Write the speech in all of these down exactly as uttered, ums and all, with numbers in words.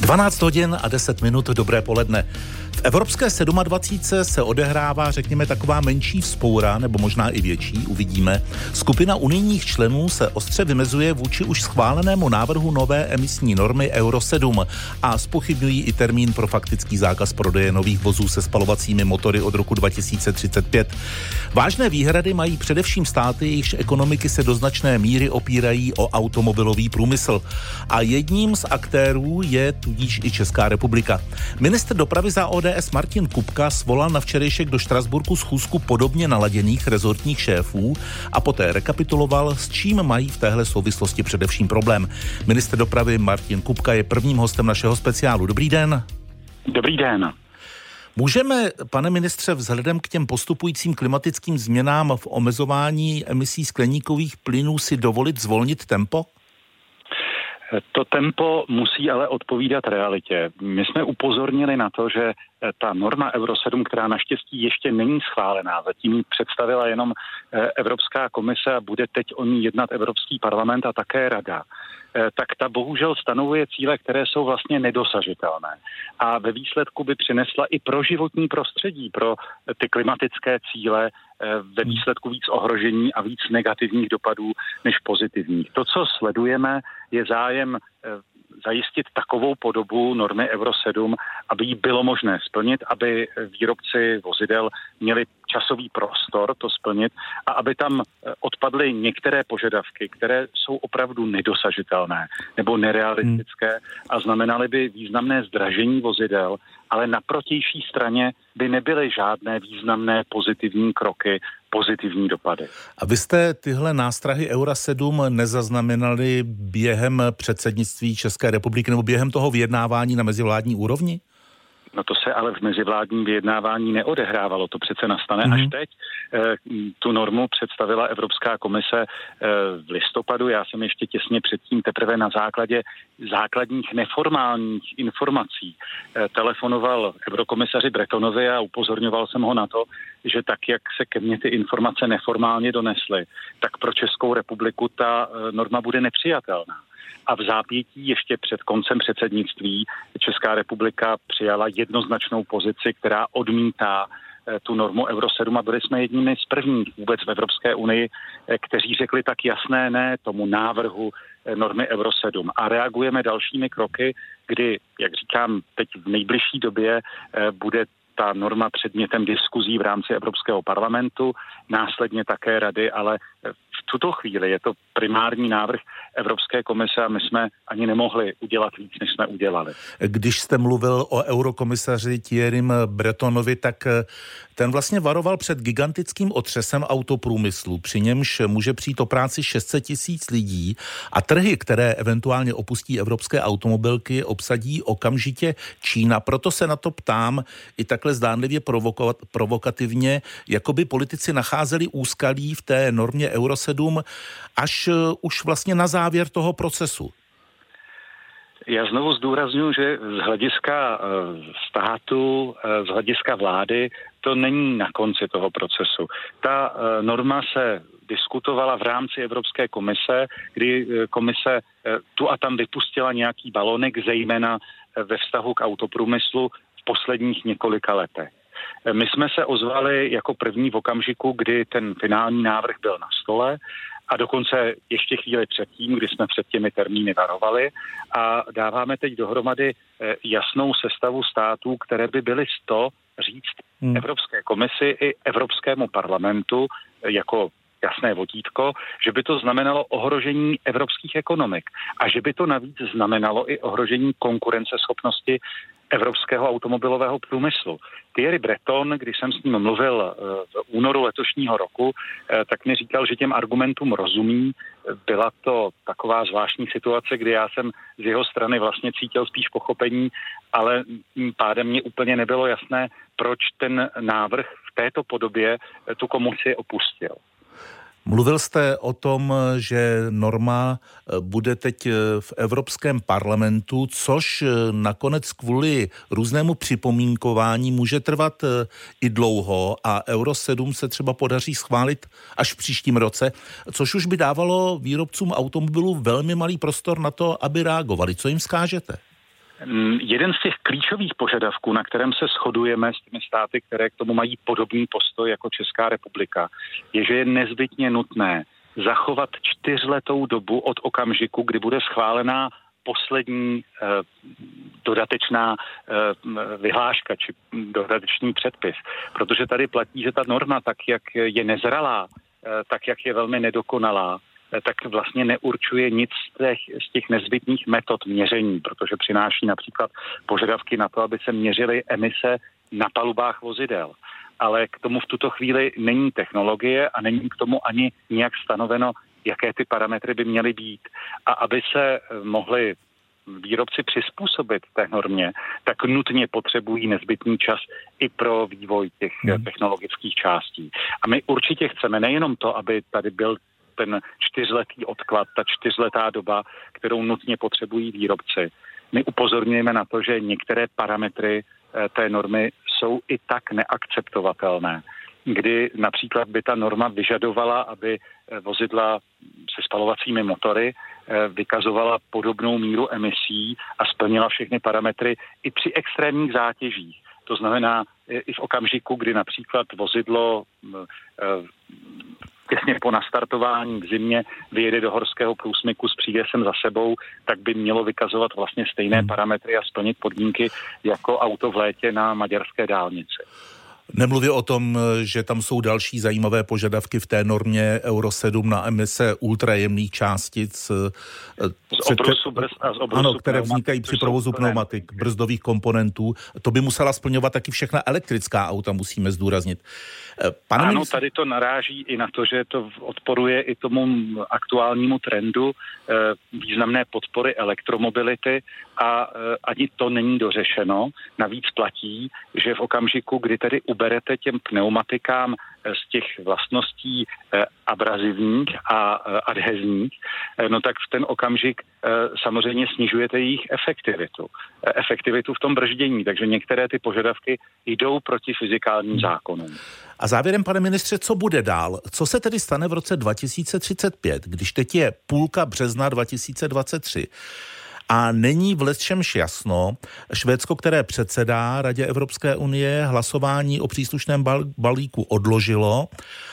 dvanáct hodin a deset minut, dobré poledne. V Evropské dvacet sedm se odehrává, řekněme, taková menší vzpoura, nebo možná i větší, uvidíme. Skupina unijních členů se ostře vymezuje vůči už schválenému návrhu nové emisní normy Euro sedm a zpochybňují i termín pro faktický zákaz prodeje nových vozů se spalovacími motory od roku dva tisíce třicet pět. Vážné výhrady mají především státy, jejichž ekonomiky se do značné míry opírají o automobilový průmysl. A jedním z aktérů je tudíž i Česká republika. Ministr dopravy za O D S Martin Kupka svolal na včerejšek do Štrasburku schůzku podobně naladěných rezortních šéfů a poté rekapituloval, s čím mají v téhle souvislosti především problém. Ministr dopravy Martin Kupka je prvním hostem našeho speciálu. Dobrý den. Dobrý den. Můžeme, pane ministře, vzhledem k těm postupujícím klimatickým změnám v omezování emisí skleníkových plynů si dovolit zvolnit tempo? To tempo musí ale odpovídat realitě. My jsme upozornili na to, že ta norma Euro sedm, která naštěstí ještě není schválená, zatím ji představila jenom Evropská komise a bude teď o ní jednat Evropský parlament a také Rada, tak ta bohužel stanovuje cíle, které jsou vlastně nedosažitelné. A ve výsledku by přinesla i pro životní prostředí, pro ty klimatické cíle ve výsledku víc ohrožení a víc negativních dopadů než pozitivních. To, co sledujeme, je zájem zajistit takovou podobu normy Euro sedm, aby ji bylo možné splnit, aby výrobci vozidel měli časový prostor to splnit a aby tam odpadly některé požadavky, které jsou opravdu nedosažitelné nebo nerealistické a znamenaly by významné zdražení vozidel, ale na protější straně by nebyly žádné významné pozitivní kroky, pozitivní dopady. A vy jste tyhle nástrahy Euro sedm nezaznamenali během předsednictví České republiky nebo během toho vyjednávání na mezivládní úrovni? No to se ale v mezivládním vyjednávání neodehrávalo, to přece nastane mm. až teď. E, tu normu představila Evropská komise e, v listopadu, já jsem ještě těsně předtím teprve na základě základních neformálních informací e, telefonoval eurokomisaři Bretonovi a upozorňoval jsem ho na to, že tak, jak se ke mně ty informace neformálně donesly, tak pro Českou republiku ta e, norma bude nepřijatelná. A v zápětí ještě před koncem předsednictví Česká republika přijala jednoznačnou pozici, která odmítá tu normu Euro sedm a byli jsme jedními z prvních vůbec v Evropské unii, kteří řekli tak jasné ne tomu návrhu normy Euro sedm. A reagujeme dalšími kroky, kdy, jak říkám, teď v nejbližší době bude ta norma předmětem diskuzí v rámci Evropského parlamentu, následně také Rady, ale v tuto chvíli je to primární návrh Evropské komise a my jsme ani nemohli udělat víc, než jsme udělali. Když jste mluvil o eurokomisaři Thierrym Bretonovi, tak ten vlastně varoval před gigantickým otřesem autoprůmyslu, při němž může přijít o práci šest set tisíc lidí a trhy, které eventuálně opustí evropské automobilky, obsadí okamžitě Čína. Proto se na to ptám i takhle zdánlivě provokovat, provokativně, jako by politici nacházeli úskalí v té normě Euro sedm až už vlastně na závěr toho procesu. Já znovu zdůrazňuji, že z hlediska státu, z hlediska vlády, to není na konci toho procesu. Ta norma se diskutovala v rámci Evropské komise, kdy komise tu a tam vypustila nějaký balonek, zejména ve vztahu k autoprůmyslu v posledních několika letech. My jsme se ozvali jako první v okamžiku, kdy ten finální návrh byl na stole a dokonce ještě chvíli předtím, kdy jsme před těmi termíny varovali a dáváme teď dohromady jasnou sestavu států, které by byly z to říct hmm. Evropské komisi i Evropskému parlamentu jako jasné vodítko, že by to znamenalo ohrožení evropských ekonomik a že by to navíc znamenalo i ohrožení konkurenceschopnosti evropského automobilového průmyslu. Thierry Breton, když jsem s ním mluvil v únoru letošního roku, tak mi říkal, že těm argumentům rozumí. Byla to taková zvláštní situace, kdy já jsem z jeho strany vlastně cítil spíš pochopení, ale tím pádem mě úplně nebylo jasné, proč ten návrh v této podobě tu komisi opustil. Mluvil jste o tom, že norma bude teď v Evropském parlamentu, což nakonec kvůli různému připomínkování může trvat i dlouho a Euro sedm se třeba podaří schválit až v příštím roce, což už by dávalo výrobcům automobilů velmi malý prostor na to, aby reagovali. Co jim vzkážete? Jeden z těch klíčových požadavků, na kterém se shodujeme s těmi státy, které k tomu mají podobný postoj jako Česká republika, je, že je nezbytně nutné zachovat čtyřletou dobu od okamžiku, kdy bude schválená poslední eh, dodatečná eh, vyhláška či dodatečný předpis. Protože tady platí, že ta norma, tak jak je nezralá, eh, tak jak je velmi nedokonalá, eh, tak vlastně neurčuje nic z těch, z těch nezbytných metod měření, protože přináší například požadavky na to, aby se měřily emise na palubách vozidel. Ale k tomu v tuto chvíli není technologie a není k tomu ani nějak stanoveno, jaké ty parametry by měly být. A aby se mohli výrobci přizpůsobit té normě, tak nutně potřebují nezbytný čas i pro vývoj těch hmm. technologických částí. A my určitě chceme nejenom to, aby tady byl ten čtyřletý odklad, ta čtyřletá doba, kterou nutně potřebují výrobci. My upozorňujeme na to, že některé parametry té normy jsou i tak neakceptovatelné, kdy například by ta norma vyžadovala, aby vozidla se spalovacími motory vykazovala podobnou míru emisí a splnila všechny parametry i při extrémních zátěžích. To znamená i v okamžiku, kdy například vozidlo těsně po nastartování v zimě vyjede do horského průsmyku s přívěsem za sebou, tak by mělo vykazovat vlastně stejné parametry a splnit podmínky jako auto v létě na maďarské dálnici. Nemluvě o tom, že tam jsou další zajímavé požadavky v té normě Euro sedm na emise ultrajemných částic, z obrusu brzd a z obrusu ano, které vznikají při provozu pneumatik, brzdových komponentů. To by musela splňovat taky všechna elektrická auta, musíme zdůraznit. Pane ano, ministr... tady to naráží i na to, že to odporuje i tomu aktuálnímu trendu eh, významné podpory elektromobility a eh, ani to není dořešeno. Navíc platí, že v okamžiku, kdy tedy uberete těm pneumatikám z těch vlastností eh, abrazivních a eh, adhezních, eh, no tak v ten okamžik eh, samozřejmě snižujete jejich efektivitu. Eh, efektivitu v tom brždění, takže některé ty požadavky jdou proti fyzikálním zákonům. A závěrem, pane ministře, co bude dál? Co se tedy stane v roce dva tisíce třicet pět, když teď je půlka března dva tisíce dvacet tři? A není v lecčemž jasno, Švédsko, které předsedá Radě Evropské unie, hlasování o příslušném balíku odložilo.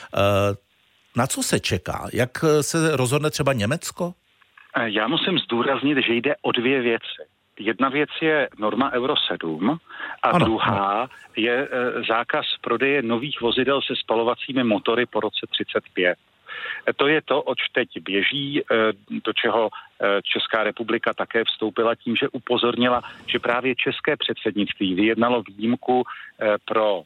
Na co se čeká? Jak se rozhodne třeba Německo? Já musím zdůraznit, že jde o dvě věci. Jedna věc je norma Euro sedm a ano, druhá ano. je zákaz prodeje nových vozidel se spalovacími motory po roce třicet pět. To je to, oč teď běží, do čeho Česká republika také vstoupila tím, že upozornila, že právě české předsednictví vyjednalo výjimku pro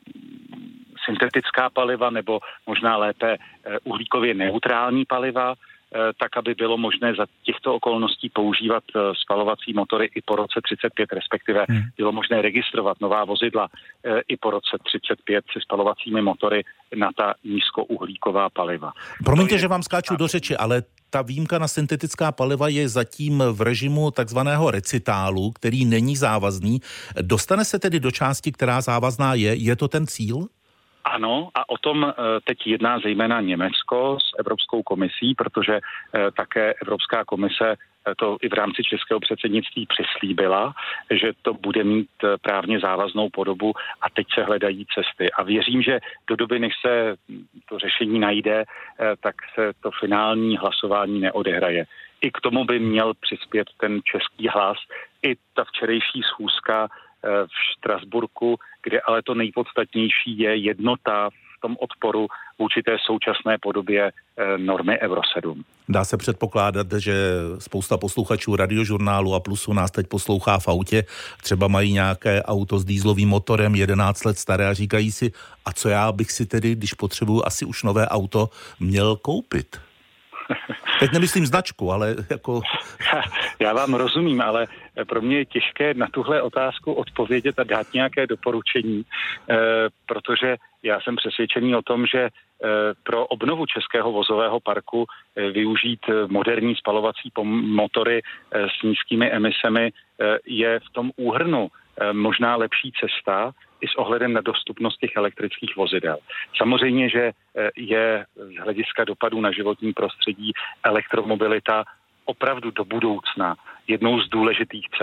syntetická paliva nebo možná lépe uhlíkově neutrální paliva, tak, aby bylo možné za těchto okolností používat spalovací motory i po roce třicet pět, respektive hmm. bylo možné registrovat nová vozidla i po roce třicet pět se spalovacími motory na ta nízkouhlíková paliva. Promiňte, je... že vám skáču do řeči, ale ta výjimka na syntetická paliva je zatím v režimu takzvaného recitálu, který není závazný. Dostane se tedy do části, která závazná je? Je to ten cíl? Ano, a o tom teď jedná zejména Německo s Evropskou komisí, protože také Evropská komise to i v rámci českého předsednictví přislíbila, že to bude mít právně závaznou podobu a teď se hledají cesty. A věřím, že do doby, než se to řešení najde, tak se to finální hlasování neodehraje. I k tomu by měl přispět ten český hlas, i ta včerejší schůzka v Štrasburku, kde ale to nejpodstatnější je jednota v tom odporu vůči té současné podobě normy Euro sedm. Dá se předpokládat, že spousta posluchačů Radiožurnálu a Plusu nás teď poslouchá v autě, třeba mají nějaké auto s dýzlovým motorem jedenáct let staré a říkají si, a co já bych si tedy, když potřebuju asi už nové auto, měl koupit? Teď nemyslím značku, ale jako... Já vám rozumím, ale pro mě je těžké na tuhle otázku odpovědět a dát nějaké doporučení, protože já jsem přesvědčený o tom, že pro obnovu českého vozového parku využít moderní spalovací motory s nízkými emisemi je v tom úhrnu možná lepší cesta i s ohledem na dostupnost těch elektrických vozidel. Samozřejmě, že je z hlediska dopadů na životní prostředí elektromobilita opravdu do budoucna jednou z důležitých cest.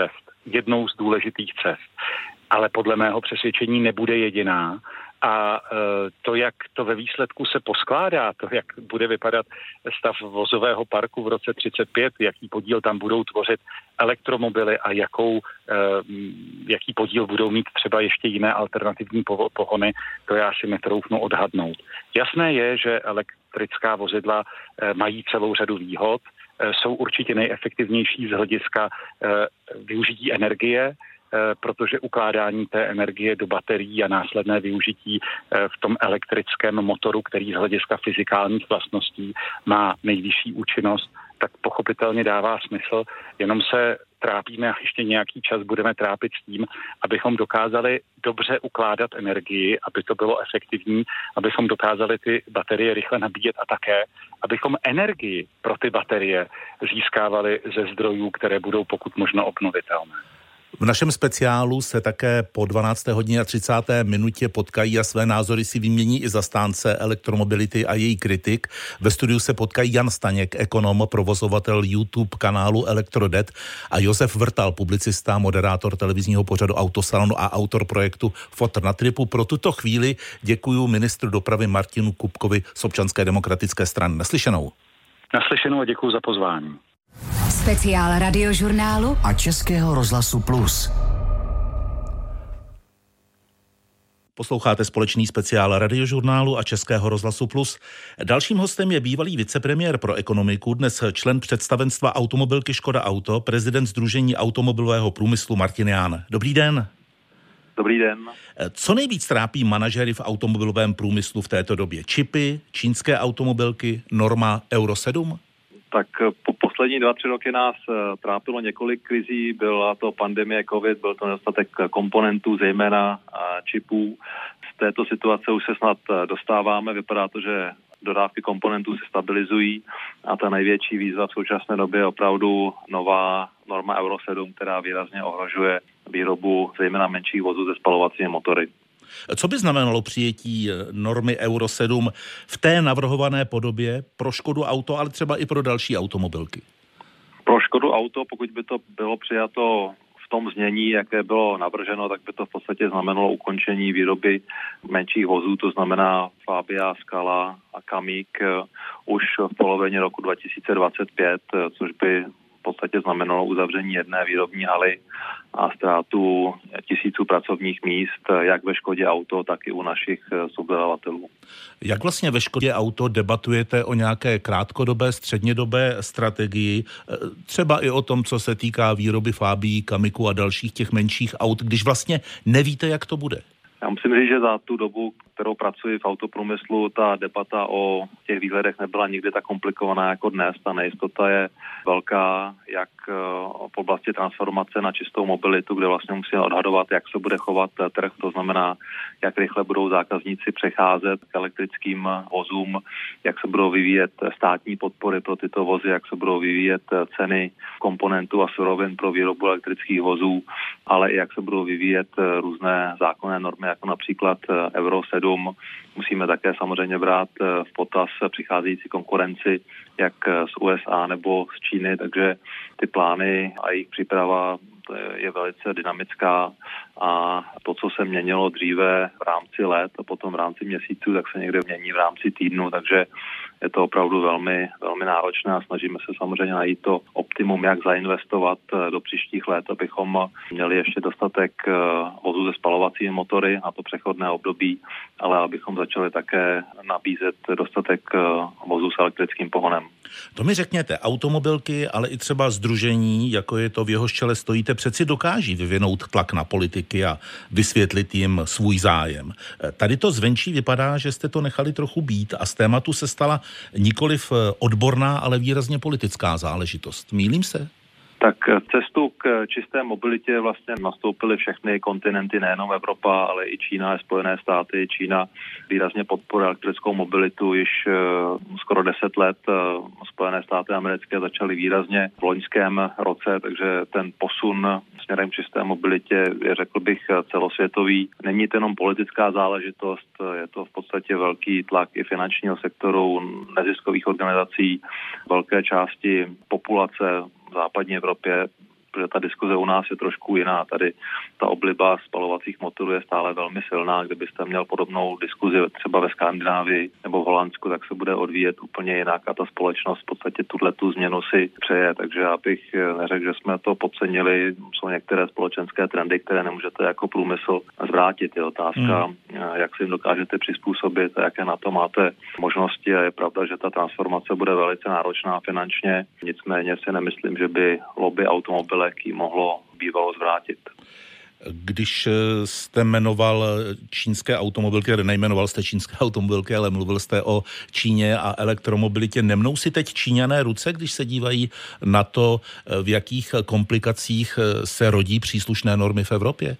jednou z důležitých cest. Ale podle mého přesvědčení nebude jediná. A to, jak to ve výsledku se poskládá, to, jak bude vypadat stav vozového parku v roce třicet pět, jaký podíl tam budou tvořit elektromobily a jakou, jaký podíl budou mít třeba ještě jiné alternativní pohony, to já si netroufnu odhadnout. Jasné je, že elektrická vozidla mají celou řadu výhod, jsou určitě nejefektivnější z hlediska využití energie, protože ukládání té energie do baterií a následné využití v tom elektrickém motoru, který z hlediska fyzikálních vlastností má nejvyšší účinnost, tak pochopitelně dává smysl. Jenom se trápíme a ještě nějaký čas budeme trápit s tím, abychom dokázali dobře ukládat energii, aby to bylo efektivní, abychom dokázali ty baterie rychle nabíjet a také, abychom energii pro ty baterie získávali ze zdrojů, které budou pokud možno obnovitelné. V našem speciálu se také po dvanácté hodině a třicáté minutě potkají a své názory si vymění i zastánce elektromobility a její kritik. Ve studiu se potkají Jan Staněk, ekonom, provozovatel YouTube kanálu Elektrodet a Josef Vrtal, publicista, moderátor televizního pořadu Autosalonu a autor projektu Fotr na tripu. Pro tuto chvíli děkuju ministru dopravy Martinu Kupkovi z Občanské demokratické strany. Naslyšenou. Naslyšenou a děkuju za pozvání. Speciál Radiožurnálu a Českého rozhlasu Plus. Posloucháte společný speciál Radiožurnálu a Českého rozhlasu Plus. Dalším hostem je bývalý vicepremiér pro ekonomiku, dnes člen představenstva automobilky Škoda Auto, prezident Sdružení automobilového průmyslu Martin Jahn. Dobrý den. Dobrý den. Co nejvíc trápí manažery v automobilovém průmyslu v této době? Čipy, čínské automobilky, norma Euro sedm? Tak po poslední dva, tři roky nás trápilo několik krizí. Byla to pandemie COVID, byl to nedostatek komponentů, zejména čipů. Z této situace už se snad dostáváme. Vypadá to, že dodávky komponentů se stabilizují a ta největší výzva v současné době je opravdu nová norma Euro sedm, která výrazně ohrožuje výrobu zejména menších vozů se spalovacími motory. Co by znamenalo přijetí normy Euro sedm v té navrhované podobě pro Škodu Auto, ale třeba i pro další automobilky? Pro Škodu Auto, pokud by to bylo přijato v tom znění, jaké bylo navrženo, tak by to v podstatě znamenalo ukončení výroby menších vozů, to znamená Fabia, Scala a Kamiq už v polovině roku dva tisíce dvacet pět, což by v podstatě znamenalo uzavření jedné výrobní haly a ztrátu tisíců pracovních míst, jak ve Škodě Auto, tak i u našich subdodavatelů. Jak vlastně ve Škodě Auto debatujete o nějaké krátkodobé, střednědobé strategii, třeba i o tom, co se týká výroby Fabii, Kamiqu a dalších těch menších aut, když vlastně nevíte, jak to bude? Já musím říct, že za tu dobu, kterou pracuji v autoprůmyslu, ta debata o těch výhledech nebyla nikdy tak komplikovaná jako dnes. Ta nejistota je velká, jak v oblasti transformace na čistou mobilitu, kde vlastně musíme odhadovat, jak se bude chovat trh, to znamená, jak rychle budou zákazníci přecházet k elektrickým vozům, jak se budou vyvíjet státní podpory pro tyto vozy, jak se budou vyvíjet ceny komponentů a surovin pro výrobu elektrických vozů, ale i jak se budou vyvíjet různé zákonné normy, jako například Euro sedm. Musíme také samozřejmě brát v potaz přicházející konkurenci jak z U S A nebo z Číny, takže ty plány a jejich příprava je velice dynamická a to, co se měnilo dříve v rámci let a potom v rámci měsíců, tak se někde mění v rámci týdnu, takže je to opravdu velmi, velmi náročné a snažíme se samozřejmě najít to optimum, jak zainvestovat do příštích let, abychom měli ještě dostatek vozů se spalovacími motory na to přechodné období, ale abychom začali také nabízet dostatek vozů s elektrickým pohonem. To mi řekněte, automobilky, ale i třeba sdružení, jako je to v jehož čele stojíte, přeci dokáží vyvinout tlak na politiky a vysvětlit jim svůj zájem. Tady to zvenčí vypadá, že jste to nechali trochu být a z tématu se stala nikoliv odborná, ale výrazně politická záležitost. Mýlím se? Tak cestu k čisté mobilitě vlastně nastoupily všechny kontinenty, nejenom Evropa, ale i Čína a Spojené státy. Čína výrazně podporuje elektrickou mobilitu již skoro deset let. Spojené státy americké začaly výrazně v loňském roce, takže ten posun směrem k čisté mobilitě je, řekl bych, celosvětový. Není to jenom politická záležitost, je to v podstatě velký tlak i finančního sektoru, neziskových organizací, velké části populace v západní Evropě protože ta diskuze u nás je trošku jiná. Tady ta obliba spalovacích motorů je stále velmi silná. Kdybyste měl podobnou diskuzi třeba ve Skandinávii nebo v Holandsku, tak se bude odvíjet úplně jinak a ta společnost v podstatě tuhletu změnu si přeje. Takže já bych neřekl, že jsme to podcenili. Jsou některé společenské trendy, které nemůžete jako průmysl zvrátit. Je otázka, hmm. jak si jim dokážete přizpůsobit a jaké na to máte možnosti. A je pravda, že ta transformace bude velice náročná finančně. Nicméně si nemyslím, že by lobby automobilek ji mohlo bývalo zvrátit. Když jste jmenoval čínské automobilky, nejmenoval jste čínské automobilky, ale mluvil jste o Číně a elektromobilitě. Nemnou si teď Číňané ruce, když se dívají na to, v jakých komplikacích se rodí příslušné normy v Evropě?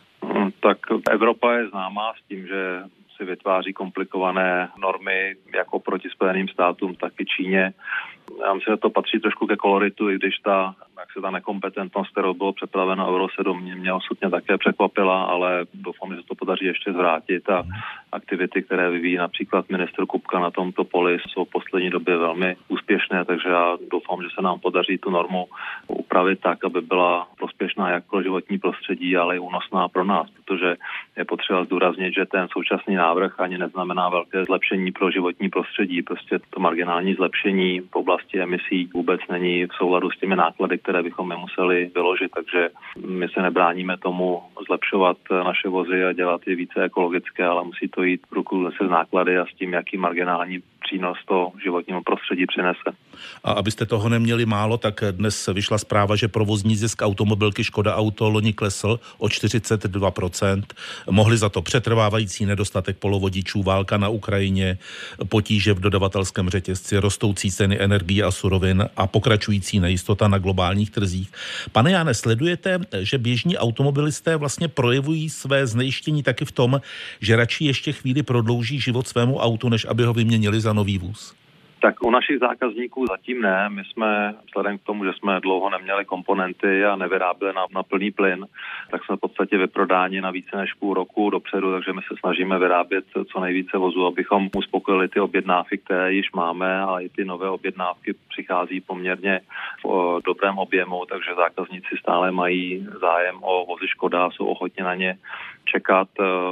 Tak Evropa je známá s tím, že si vytváří komplikované normy jako proti Spojeným státům, tak i Číně. Já myslím, že to patří trošku ke koloritu, i když ta, jak se ta nekompetentnost, kterou bylo připraveno Euro sedm, mě, mě osudně také překvapila, ale doufám, že se to podaří ještě zvrátit a aktivity, které vyvíjí například ministr Kupka na tomto poli, jsou v poslední době velmi úspěšné, takže já doufám, že se nám podaří tu normu upravit tak, aby byla prospěšná jak pro životní prostředí, ale i únosná pro nás, protože je potřeba zdůraznit, že ten současný návrh ani neznamená velké zlepšení pro životní prostředí, prostě to marginální zlepšení v oblasti emisí vůbec není v souladu s těmi náklady, které bychom nemuseli vyložit, takže my se nebráníme tomu zlepšovat naše vozy a dělat je více ekologické, ale musí to jít v ruku se z náklady a s tím, jaký marginální přínos to životnímu prostředí přinese. A abyste toho neměli málo, tak dnes vyšla zpráva, že provozní zisk automobilky Škoda Auto loni klesl o čtyřicet dva procent. Mohli za to přetrvávající nedostatek polovodičů, válka na Ukrajině, potíže v dodavatelském řetězci, rostoucí ceny energií a surovin a pokračující nejistota na globálních trzích. Pane Jáne, sledujete, že běžní automobilisté vlastně projevují své znejistění taky v tom, že radši ještě chvíli prodlouží život svému autu, než aby ho vyměnili za nový vůz? Tak u našich zákazníků zatím ne. My jsme, vzhledem k tomu, že jsme dlouho neměli komponenty a nevyráběli na, na plný plyn, tak jsme v podstatě vyprodáni na více než půl roku dopředu, takže my se snažíme vyrábět co nejvíce vozů, abychom uspokojili ty objednávky, které již máme, a i ty nové objednávky přichází poměrně v dobrém objemu, takže zákazníci stále mají zájem o vozy Škoda, jsou ochotni na ně čekat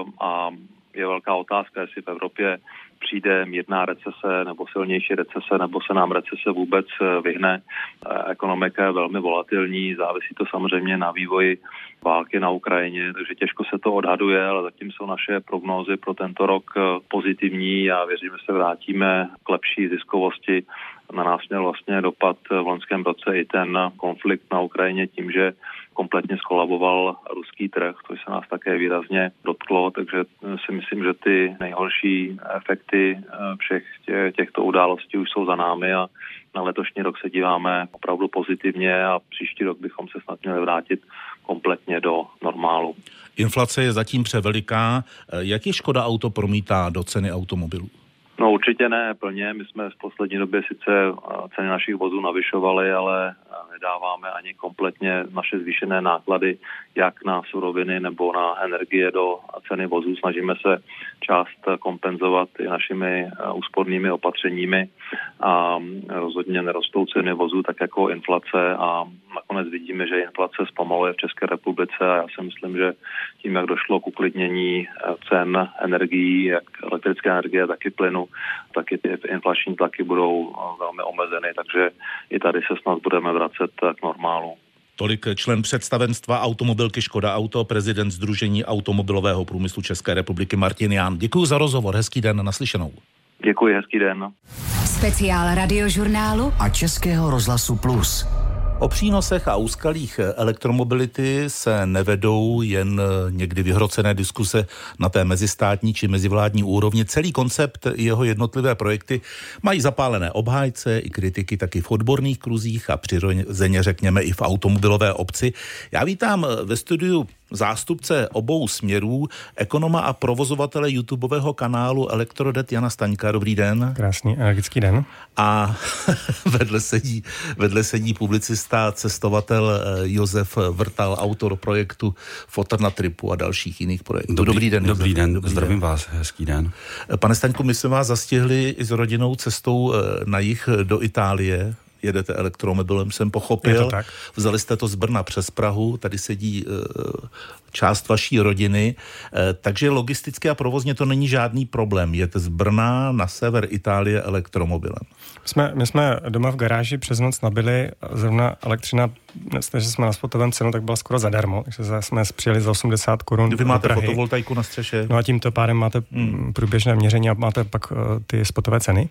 a je velká otázka, jestli v Evropě přijde mírná recese nebo silnější recese, nebo se nám recese vůbec vyhne. Ekonomika je velmi volatilní, závisí to samozřejmě na vývoji války na Ukrajině, takže těžko se to odhaduje, ale zatím jsou naše prognózy pro tento rok pozitivní a věřím, že se vrátíme k lepší ziskovosti. Na nás měl vlastně dopad v loňském roce i ten konflikt na Ukrajině tím, že kompletně skolaboval ruský trh, což se nás také výrazně dotklo, takže si myslím, že ty nejhorší efekty všech těchto událostí už jsou za námi a na letošní rok se díváme opravdu pozitivně a příští rok bychom se snad měli vrátit kompletně do normálu. Inflace je zatím převeliká. Jak je Škoda Auto promítá do ceny automobilů? No určitě ne plně. My jsme v poslední době sice ceny našich vozů navyšovali, ale nedáváme ani kompletně naše zvýšené náklady jak na suroviny nebo na energie do ceny vozů. Snažíme se část kompenzovat i našimi úspornými opatřeními a rozhodně nerostou ceny vozů tak jako inflace a nakonec vidíme, že inflace zpomaluje v České republice a já si myslím, že tím, jak došlo k uklidnění cen energií, jak elektrické energie, tak i plynu, tak i ty inflační tlaky budou velmi omezeny, takže i tady se snad budeme vracet k normálu. Tolik člen představenstva automobilky Škoda Auto, prezident Sdružení automobilového průmyslu České republiky Martin Jahn. Děkuji za rozhovor, hezký den, naslyšenou. Děkuji, hezký den. Speciál Radiožurnálu a Českého rozhlasu Plus. O přínosech a úskalích elektromobility se nevedou jen někdy vyhrocené diskuse na té mezistátní či mezivládní úrovni. Celý koncept jeho jednotlivé projekty mají zapálené obhájce i kritiky taky v odborných kruzích a přirozeně řekněme i v automobilové obci. Já vítám ve studiu zástupce obou směrů, ekonoma a provozovatele YouTubeového kanálu Elektrodet Jana Staňka. Dobrý den. Krásný energický den. A vedle sedí, vedle sedí publicista, cestovatel Josef Vrtal, autor projektu Fotr na tripu a dalších jiných projektů. Dobrý, dobrý den. Dobrý Josef. den, dobrý zdravím den. vás, hezký den. Pane Staňku, my jsme vás zastihli i s rodinou cestou na jih do Itálie. jedete elektromobilem, jsem pochopil. Je to tak. Vzali jste to z Brna přes Prahu, tady sedí e, část vaší rodiny, e, takže logisticky a provozně to není žádný problém. Jete z Brna na sever Itálie elektromobilem. My jsme, my jsme doma v garáži přes noc nabili, zrovna elektřina, že jsme na spotovém cenu, tak byla skoro zadarmo, takže jsme přijeli za osmdesát korun. Vy máte fotovoltaiku na střeše. No a tímto pádem máte hmm. průběžné měření a máte pak uh, ty spotové ceny.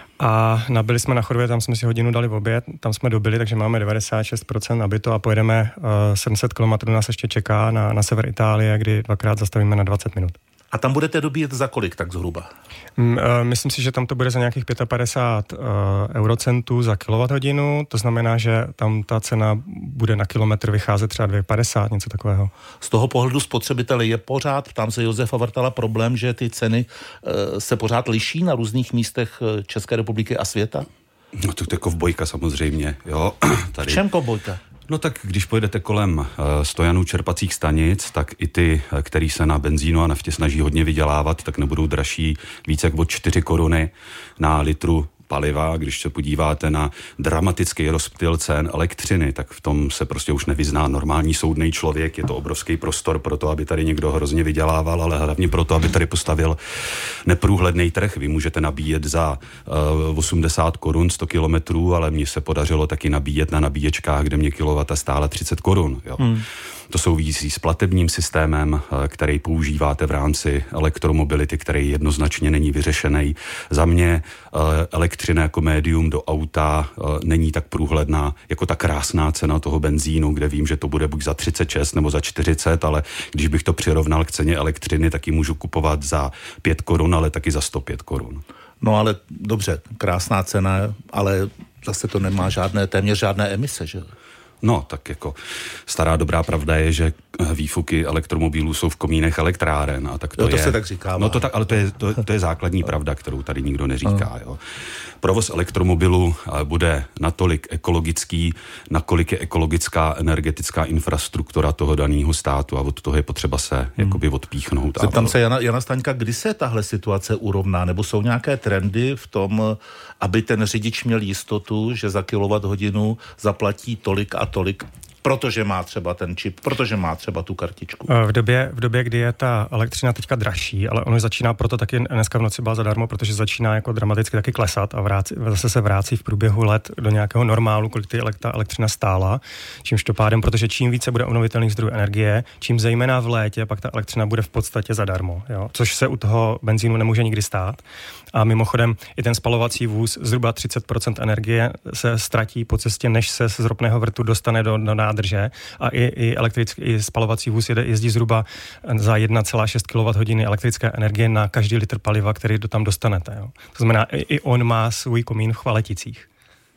A nabili jsme na Chodově, tam jsme si hodinu dali v oběd, tam jsme dobili, takže máme devadesát šest procent nabito a pojedeme uh, sedm set kilometrů, nás ještě čeká na, na sever Itálie, kdy dvakrát zastavíme na dvacet minut. A tam budete dobíjet za kolik tak zhruba? Myslím si, že tam to bude za nějakých padesát pět uh, eurocentů za kilowatthodinu, to znamená, že tam ta cena bude na kilometr vycházet třeba dvě padesát, něco takového. Z toho pohledu spotřebitele je pořád, ptám se Josefa Vartala, problém, že ty ceny uh, se pořád liší na různých místech České republiky a světa? No to je kovbojka samozřejmě, jo. Tady. V čem kovbojka? No tak když pojedete kolem uh, stojanů čerpacích stanic, tak i ty, který se na benzínu a naftě snaží hodně vydělávat, tak nebudou dražší více jak od čtyři koruny na litru paliva. Když se podíváte na dramatický rozptyl cen elektřiny, tak v tom se prostě už nevyzná normální soudný člověk. Je to obrovský prostor pro to, aby tady někdo hrozně vydělával, ale hlavně pro to, aby tady postavil neprůhledný trh. Vy můžete nabíjet za uh, osmdesát korun sto kilometrů, ale mně se podařilo taky nabíjet na nabíječkách, kde mě kilowata stála třicet korun. Jo. Hmm. To souvisí s platebním systémem, který používáte v rámci elektromobility, který jednoznačně není vyřešený. Za mě elektřina jako médium do auta není tak průhledná jako ta krásná cena toho benzínu, kde vím, že to bude buď za třicet šest nebo za čtyřicet, ale když bych to přirovnal k ceně elektřiny, tak ji můžu kupovat za pět korun, ale taky za sto pět korun. No ale dobře, krásná cena, ale zase to nemá žádné, téměř žádné emise, že? No, tak jako stará dobrá pravda je, že výfuky elektromobilů jsou v komínech elektráren a tak to, jo, to je. se tak říká. No to tak, ale to je, to, to je základní pravda, kterou tady nikdo neříká. Jo. Provoz elektromobilu bude natolik ekologický, nakolik je ekologická energetická infrastruktura toho daného státu a od toho je potřeba se hmm. jakoby odpíchnout. Zeptám se Jana, Jana Staňka, kdy se tahle situace urovná, nebo jsou nějaké trendy v tom, aby ten řidič měl jistotu, že za kilowatthodinu zaplatí tolik a tolik, protože má třeba ten čip, protože má třeba tu kartičku. V době, v době, kdy je ta elektřina teďka dražší, ale ono začíná proto taky dneska v noci byla zadarmo, protože začíná jako dramaticky taky klesat a vrátí, zase se vrátí v průběhu let do nějakého normálu, kolik ty ta elektřina stála, čímž to pádem, protože čím více bude obnovitelných zdrojů energie, čím zejména v létě, pak ta elektřina bude v podstatě zadarmo, jo? Což se u toho benzínu nemůže nikdy stát. A mimochodem i ten spalovací vůz, zhruba třicet procent energie se ztratí po cestě, než se z ropného vrtu dostane do, do nádrže. A i, i elektrický i spalovací vůz jede, jezdí zhruba za jedna celá šest kilowatthodin elektrické energie na každý litr paliva, který do tam dostanete. Jo. To znamená, i, i on má svůj komín v Chvaleticích.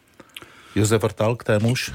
Josef Vartal, k témuž?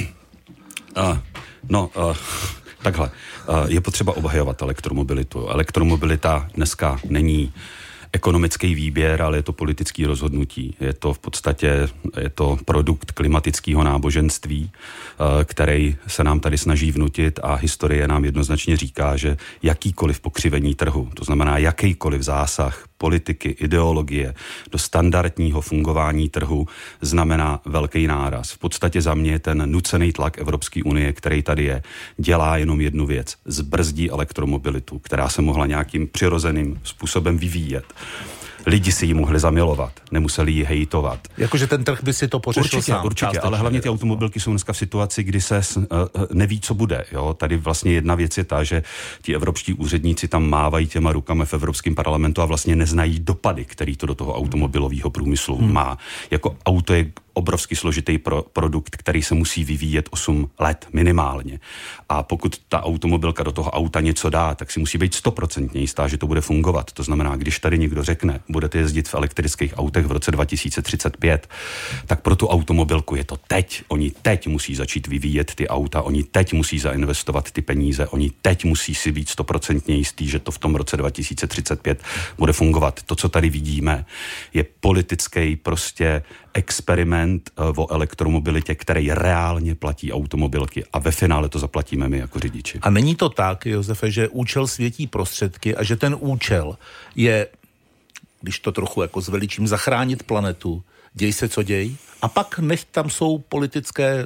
Uh, no, uh, takhle. Uh, je potřeba obhajovat elektromobilitu. Elektromobilita dneska není ekonomický výběr, ale je to politický rozhodnutí. Je to v podstatě je to produkt klimatického náboženství, který se nám tady snaží vnutit a historie nám jednoznačně říká, že jakýkoliv pokřivení trhu, to znamená jakýkoliv zásah politiky, ideologie do standardního fungování trhu znamená velký náraz. V podstatě za mě ten nucený tlak Evropské unie, který tady je, dělá jenom jednu věc. Zbrzdí elektromobilitu, která se mohla nějakým přirozeným způsobem vyvíjet. Lidi si ji mohli zamilovat, nemuseli ji hejtovat. Jakože ten trh by si to pořešil určitě, sám. Určitě, ale hlavně ty automobilky jsou dneska v situaci, kdy se uh, neví, co bude. Jo? Tady vlastně jedna věc je ta, že ti evropští úředníci tam mávají těma rukama v Evropském parlamentu a vlastně neznají dopady, který to do toho automobilového průmyslu hmm. má. Jako auto je obrovský složitý pro, produkt, který se musí vyvíjet osm let minimálně. A pokud ta automobilka do toho auta něco dá, tak si musí být stoprocentně jistá, že to bude fungovat. To znamená, když tady někdo řekne, budete jezdit v elektrických autech v roce dva tisíce třicet pět, tak pro tu automobilku je to teď. Oni teď musí začít vyvíjet ty auta, oni teď musí zainvestovat ty peníze, oni teď musí si být stoprocentně jistý, že to v tom roce dva tisíce třicet pět bude fungovat. To, co tady vidíme, je politický prostě experiment o elektromobilitě, který reálně platí automobilky a ve finále to zaplatíme my jako řidiči. A není to tak, Josefe, že účel světí prostředky a že ten účel je, když to trochu jako zveličím, zachránit planetu, děj se, co děj. A pak nech tam jsou politické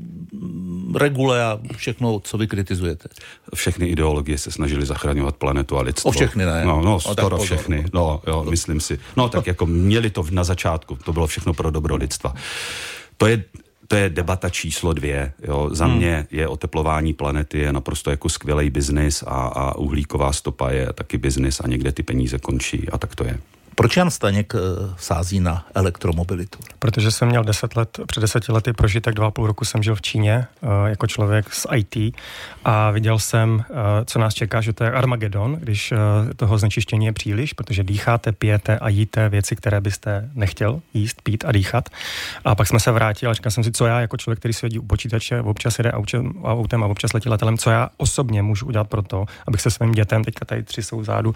regule a všechno, co vy kritizujete. Všechny ideologie se snažili zachraňovat planetu a lidstvo. O všechny ne. No, no skoro no, všechny. No, jo, myslím si. No, tak jako měli to na začátku. To bylo všechno pro dobro lidstva. To je To je debata číslo dvě. Jo. Za hmm. mě je oteplování planety je naprosto jako skvělej biznis a, a uhlíková stopa je taky biznis a někde ty peníze končí a tak to je. Proč Jan Staněk sází na elektromobilitu? Protože jsem měl deset let, před deseti lety prožitek, dva a půl roku jsem žil v Číně jako člověk z í té a viděl jsem, co nás čeká, že to je Armagedon, když toho znečištění je příliš, protože dýcháte, pijete a jíte věci, které byste nechtěl jíst, pít a dýchat. A pak jsme se vrátili a říkal jsem si, co já jako člověk, který sedí u počítače, občas jede autem a občas letí letelem, co já osobně můžu udělat pro to, abych se svým dětem, teďka tady tři jsou zádu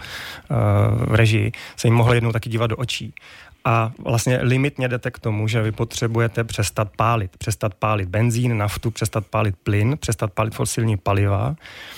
v režii, se jim mohl jednou taky dívat do očí. A vlastně limitně jdete k tomu, že vy potřebujete přestat pálit. Přestat pálit benzín, naftu, přestat pálit plyn, přestat pálit fosilní paliva,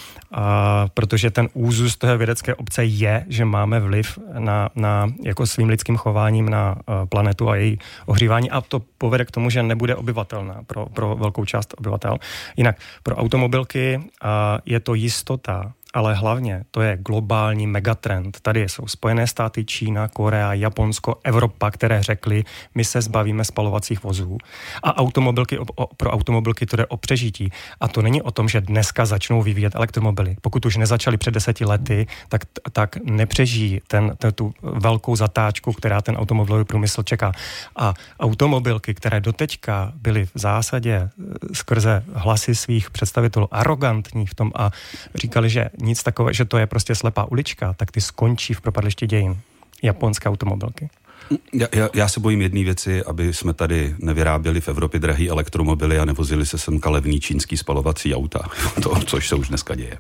a protože ten úzus té vědecké obce je, že máme vliv na, na jako svým lidským chováním na uh, planetu a její ohřívání a to povede k tomu, že nebude obyvatelná pro, pro velkou část obyvatel. Jinak pro automobilky uh, je to jistota, ale hlavně to je globální megatrend. Tady jsou Spojené státy, Čína, Korea, Japonsko, Evropa, které řekly, my se zbavíme spalovacích vozů. A automobilky, o, pro automobilky to jde o přežití. A to není o tom, že dneska začnou vyvíjet elektromobily. Pokud už nezačali před deseti lety, tak, tak nepřežijí ten, ten, tu velkou zatáčku, která ten automobilový průmysl čeká. A automobilky, které doteďka byly v zásadě skrze hlasy svých představitelů arrogantní v tom a říkali, že nic takové, že to je prostě slepá ulička, tak ty skončí v propadlišti dějin. Japonské automobilky. Já, já, já se bojím jedné věci, aby jsme tady nevyráběli v Evropě drahý elektromobily a nevozili se semka levný čínský spalovací auta, to, což se už dneska děje.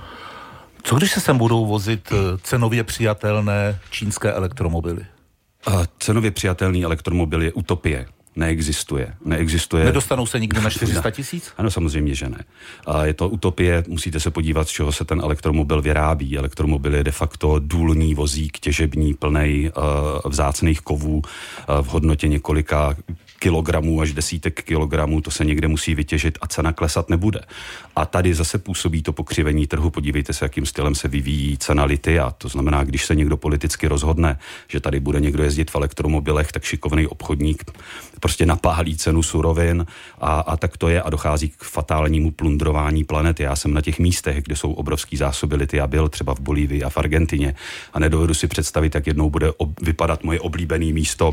Co když se sem budou vozit cenově přijatelné čínské elektromobily? A cenově přijatelný elektromobil je utopie. Neexistuje. Neexistuje. Nedostanou se nikdy na čtyři sta tisíc? Ano, samozřejmě, že ne. A je to utopie, musíte se podívat, z čeho se ten elektromobil vyrábí. Elektromobil je de facto důlní vozík, těžební, plnej uh, vzácných kovů uh, v hodnotě několika kilogramů až desítek kilogramů, to se někde musí vytěžit a cena klesat nebude. A tady zase působí to pokřivení trhu. Podívejte se, jakým stylem se vyvíjí cena litia. To znamená, když se někdo politicky rozhodne, že tady bude někdo jezdit v elektromobilech, tak šikovný obchodník prostě napálí cenu surovin a, a tak to je a dochází k fatálnímu plundrování planety. Já jsem na těch místech, kde jsou obrovský zásoby litia, byl třeba v Bolívii a v Argentině a nedovedu si představit, jak jednou bude ob, vypadat moje oblíbené místo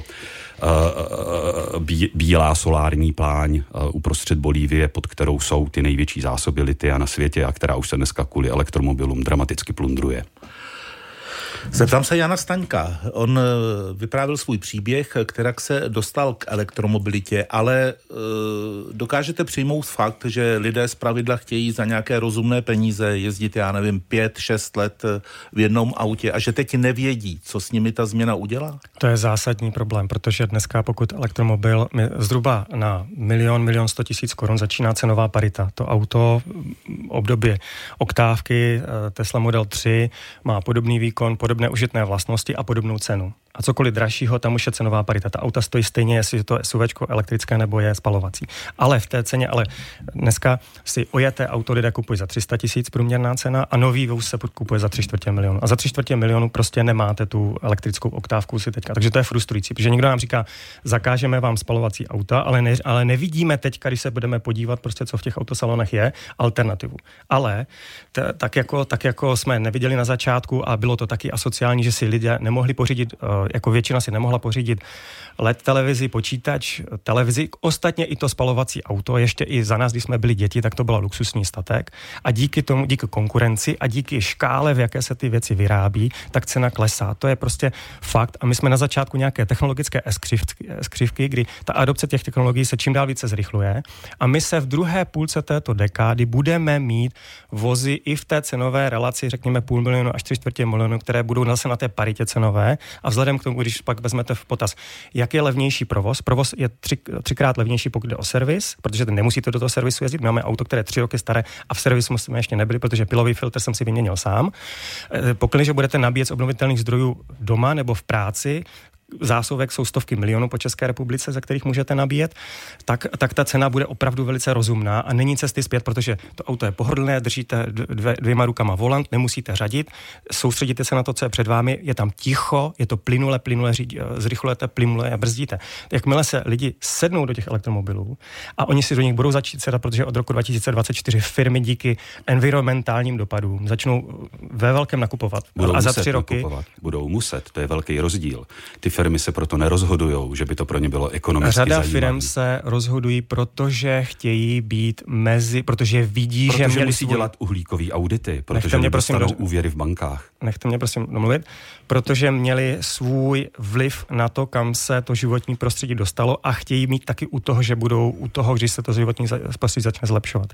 uh, bí, bílá solární pláň uh, uprostřed Bolívie, pod kterou jsou ty největší zásoby litia na světě a která už se dneska kvůli elektromobilům dramaticky plundruje. Zeptám se Jana Staňka. On vyprávěl svůj příběh, kterak se dostal k elektromobilitě, ale e, dokážete přijmout fakt, že lidé zpravidla chtějí za nějaké rozumné peníze jezdit, já nevím, pět, šest let v jednom autě a že teď nevědí, co s nimi ta změna udělá? To je zásadní problém, protože dneska pokud elektromobil zhruba na milion, milion sto tisíc korun začíná cenová parita. To auto období oktávky Tesla Model tři má podobný výkon, podobné užitné vlastnosti a podobnou cenu. A cokoliv dražšího, tam už je cenová parita. Ta auta stojí stejně, jestli je to SUVčko elektrické nebo je spalovací. Ale v té ceně, ale dneska si ojeté auto lidé kupují za tři sta tisíc průměrná cena a nový vůz se kupuje za tři čtvrtě milionu. A za tři čtvrtě milionu prostě nemáte tu elektrickou oktávku si teďka. Takže to je frustrující, protože někdo nám říká, zakážeme vám spalovací auta, ale, ne, ale nevidíme teďka, když se budeme podívat, prostě co v těch autosalonech je, alternativu. Ale t, tak, jako, tak jako jsme neviděli na začátku a bylo to taky asociální, že si lidé nemohli pořídit, jako většina si nemohla pořídit el é dé televizi, počítač, televizi, ostatně i to spalovací auto, ještě i za nás, když jsme byli děti, tak to byl luxusní statek a díky tomu, díky konkurenci a díky škále, v jaké se ty věci vyrábí, tak cena klesá. To je prostě fakt a my jsme na začátku nějaké technologické skřivky, kdy ta adopce těch technologií se čím dál více zrychluje a my se v druhé půlce této dekády budeme mít vozy i v té cenové relaci, řekněme půl milionu až tři čtvrtě milionu, které budou zase na té paritě cenové a vzhledem k tomu, když pak vezmete v potaz, jak je levnější provoz. Provoz je tři, třikrát levnější, pokud jde o servis, protože nemusíte do toho servisu jezdit. Máme auto, které je tři roky staré a v servisu jsme ještě nebyli, protože pilový filtr jsem si vyměnil sám. Pokud budete nabíjet z obnovitelných zdrojů doma nebo v práci, zásuvek jsou stovky milionů po České republice, za kterých můžete nabíjet, tak, tak ta cena bude opravdu velice rozumná a není cesty zpět, protože to auto je pohodlné, držíte dvě, dvěma rukama volant, nemusíte řadit, soustředíte se na to, co je před vámi, je tam ticho, je to plynule, plynule řídí, zrychlujete, plynule a brzdíte. Jakmile se lidi sednou do těch elektromobilů a oni si do nich budou začít sedat, protože od roku dva tisíce dvacet čtyři firmy díky environmentálním dopadům začnou ve velkém nakupovat. Budou a za muset tři roky nakupovat. Budou muset, to je velký rozdíl. Ty firmy se proto nerozhodujou, že by to pro ně bylo ekonomicky Řada zajímavé. firm se rozhodují, protože chtějí být mezi, protože vidí, protože že měli musí svůj... dělat uhlíkový audity, protože mě, prosím, nedostanou do... úvěry v bankách. Nechte mě prosím domluvit, protože měli svůj vliv na to, kam se to životní prostředí dostalo a chtějí mít taky u toho, že budou u toho, když se to životní prostředí začne zlepšovat.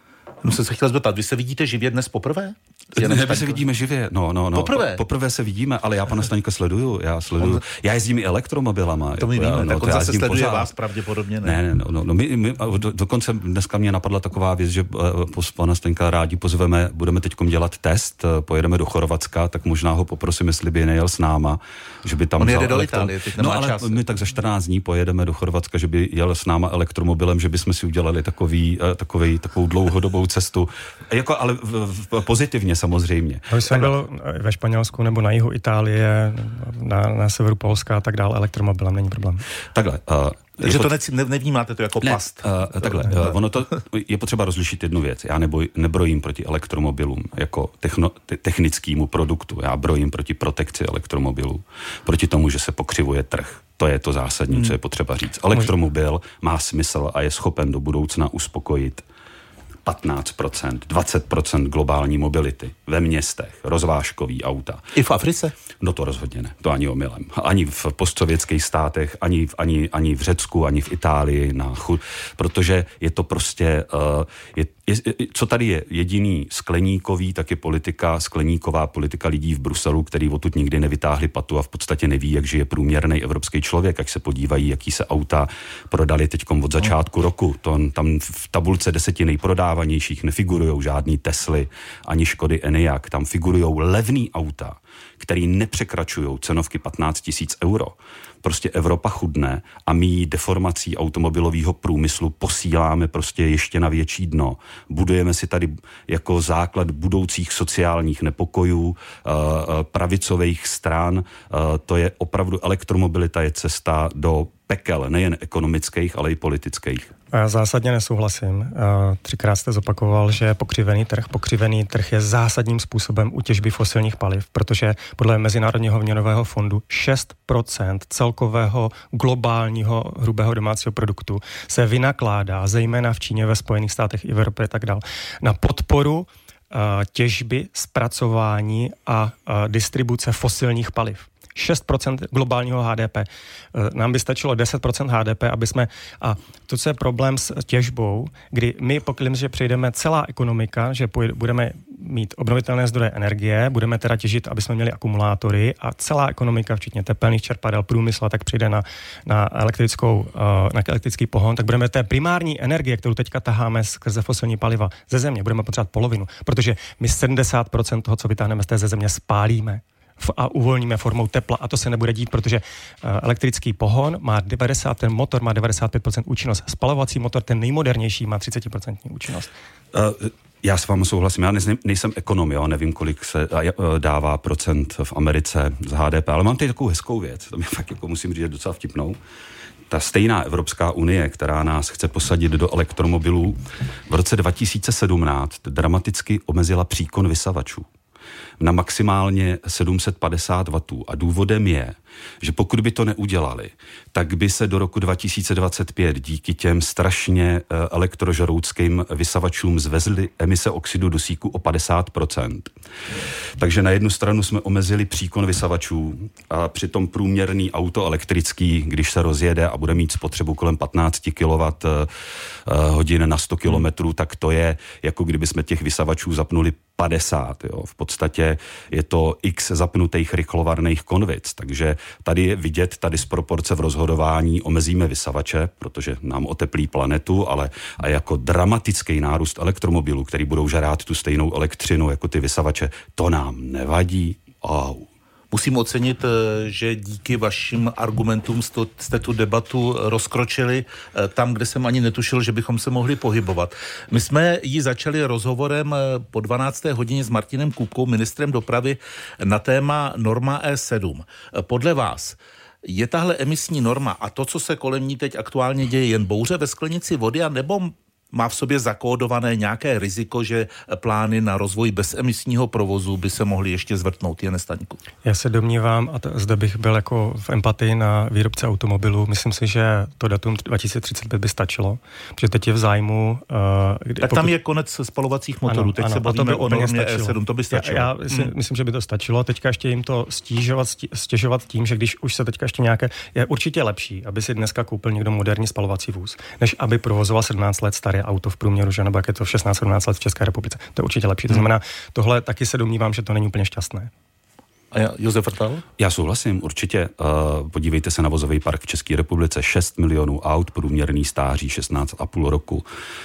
No jsem se chtěl zeptat, vy se vidíte živě dnes poprvé? Ne, my se vidíme živě, no, no, no. Poprvé? Po, poprvé se vidíme, ale já pana Staňka sleduju, já sleduju, On... já jezdím i elektromobilama. To my víme, já, no, tak on zase sleduje pořád. vás pravděpodobně, ne? Ne, ne, no, no, no my, my, do, dokonce dneska mě napadla taková věc, že uh, pana Staňka rádi pozveme, budeme teďkom dělat test, uh, pojedeme do Chorvatska, tak možná ho poprosím, jestli by nejel s náma, že by tam... On jede do elektro... Itálie, teď nemá No ale čas. my tak za čtrnáct dní pojedeme do Chorvatska, že by jel s náma elektromobilem, že bychom si udělali takový, uh, takový, takovou dlouhodobou cestu, jako, ale v, v, pozitivně samozřejmě. Když jsem byl ve Španělsku nebo na jihu Itálie, na, na severu Polska a tak dále, elektromobilem není problém. Takhle. Uh, Takže to ne, nevnímáte to jako ne, past. Uh, takhle. Uh, ono to, je potřeba rozlišit jednu věc. Já neboj, nebrojím proti elektromobilům jako techno, te, technickému produktu. Já brojím proti protekci elektromobilů. Proti tomu, že se pokřivuje trh. To je to zásadní, hmm. co je potřeba říct. Elektromobil má smysl a je schopen do budoucna uspokojit patnáct procent, dvacet procent globální mobility ve městech, rozvážkový auta. I v Africe? No to rozhodně ne, to ani omylem. Ani v postsovětských státech, ani, ani, ani v Řecku, ani v Itálii, na chud, protože je to prostě, uh, je, je, co tady je jediný skleníkový, tak je politika, skleníková politika lidí v Bruselu, který odtud nikdy nevytáhli patu a v podstatě neví, jak žije průměrný evropský člověk, jak se podívají, jaký se auta prodali teďkom od začátku roku. To, tam v tabulce deseti nejprodávanějších nefigurujou žádný Tesly ani Škody Enyaq, tam figurujou levný auta, který nepřekračují cenovky patnáct tisíc euro. Prostě Evropa chudne a my ji deformací automobilového průmyslu posíláme prostě ještě na větší dno. Budujeme si tady jako základ budoucích sociálních nepokojů, pravicových stran. To je opravdu, elektromobilita je cesta do pekel, nejen ekonomických, ale i politických. Já zásadně nesouhlasím. Třikrát jste zopakoval, že pokřivený trh. Pokřivený trh je zásadním způsobem u těžby fosilních paliv, protože podle Mezinárodního měnového fondu šest procent celkového globálního hrubého domácího produktu se vynakládá, zejména v Číně, ve Spojených státech i v Evropě a tak dále, na podporu těžby, zpracování a distribuce fosilních paliv. šest procent globálního H D P. Nám by stačilo deset procent H D P, aby jsme... A to, co je problém s těžbou, kdy my, pokud že přejdeme celá ekonomika, že budeme mít obnovitelné zdroje energie, budeme teda těžit, aby jsme měli akumulátory a celá ekonomika, včetně tepelných čerpadel, průmysl, tak přijde na, na, elektrickou, na elektrický pohon, tak budeme té primární energie, kterou teďka taháme skrze fosilní paliva ze země, budeme potřebovat polovinu, protože my sedmdesát procent toho, co vytáhneme z té ze země, spálíme a uvolníme formou tepla a to se nebude dít, protože elektrický pohon má devadesát, ten motor má devadesát pět procent účinnost. Spalovací motor, ten nejmodernější, má třicet procent účinnost. Uh, já s vámi souhlasím, já nejsem, nejsem ekonom, jo, nevím, kolik se dává procent v Americe z H D P, ale mám tady takovou hezkou věc, to mi fakt jako musím říct docela vtipnou. Ta stejná Evropská unie, která nás chce posadit do elektromobilů, v roce dva tisíce sedmnáct dramaticky omezila příkon vysavačů na maximálně sedm set padesát wattů. A důvodem je, že pokud by to neudělali, tak by se do roku dva tisíce dvacet pět díky těm strašně elektrožrouckým vysavačům zvezly emise oxidu dusíku o padesát procent. Takže na jednu stranu jsme omezili příkon vysavačů a přitom průměrný auto elektrický, když se rozjede a bude mít spotřebu kolem patnáct kilowatthodin na sto kilometrů, tak to je, jako kdyby jsme těch vysavačů zapnuli padesát. Jo. V podstatě je to x zapnutých rychlovarných konvic, takže tady je vidět ta disproporce v rozhodování, omezíme vysavače, protože nám oteplí planetu, ale a jako dramatický nárůst elektromobilů, který budou žrát tu stejnou elektřinu jako ty vysavače, to nám nevadí. Au. Musím ocenit, že díky vašim argumentům jste tu debatu rozkročili tam, kde jsem ani netušil, že bychom se mohli pohybovat. My jsme ji začali rozhovorem po dvanácté hodině s Martinem Kupkou, ministrem dopravy, na téma norma E sedm. Podle vás je tahle emisní norma a to, co se kolem ní teď aktuálně děje, jen bouře ve sklenici vody, a nebo má v sobě zakódované nějaké riziko, že plány na rozvoj bezemisního provozu by se mohly ještě zvrtnout? Jane Staňku. Já se domnívám, a t- zde bych byl jako v empatii na výrobce automobilů, myslím si, že to datum dva tisíce třicet pět by stačilo, protože teď je v zájmu... Uh, kdy, tak pokud... tam je konec spalovacích motorů, ano, teď ano, se bavíme o normě E sedm, to by stačilo. Já, já si, hmm. myslím, že by to stačilo, teďka ještě jim to stížovat, stěžovat tím, že když už se teďka ještě nějaké... Je určitě lepší, aby si dneska koupil někdo moderní spalovací vůz, než aby provozoval sedmnáct let staré auto v průměru, že nebo jak je to v šestnáct sedmnáct let v České republice. To je určitě lepší. To znamená, tohle taky se domnívám, že to není úplně šťastné. A já, Josef Vrtal? Já souhlasím, určitě. Uh, podívejte se na vozový park v České republice. šest milionů aut, průměrný stáří šestnáct a půl roku.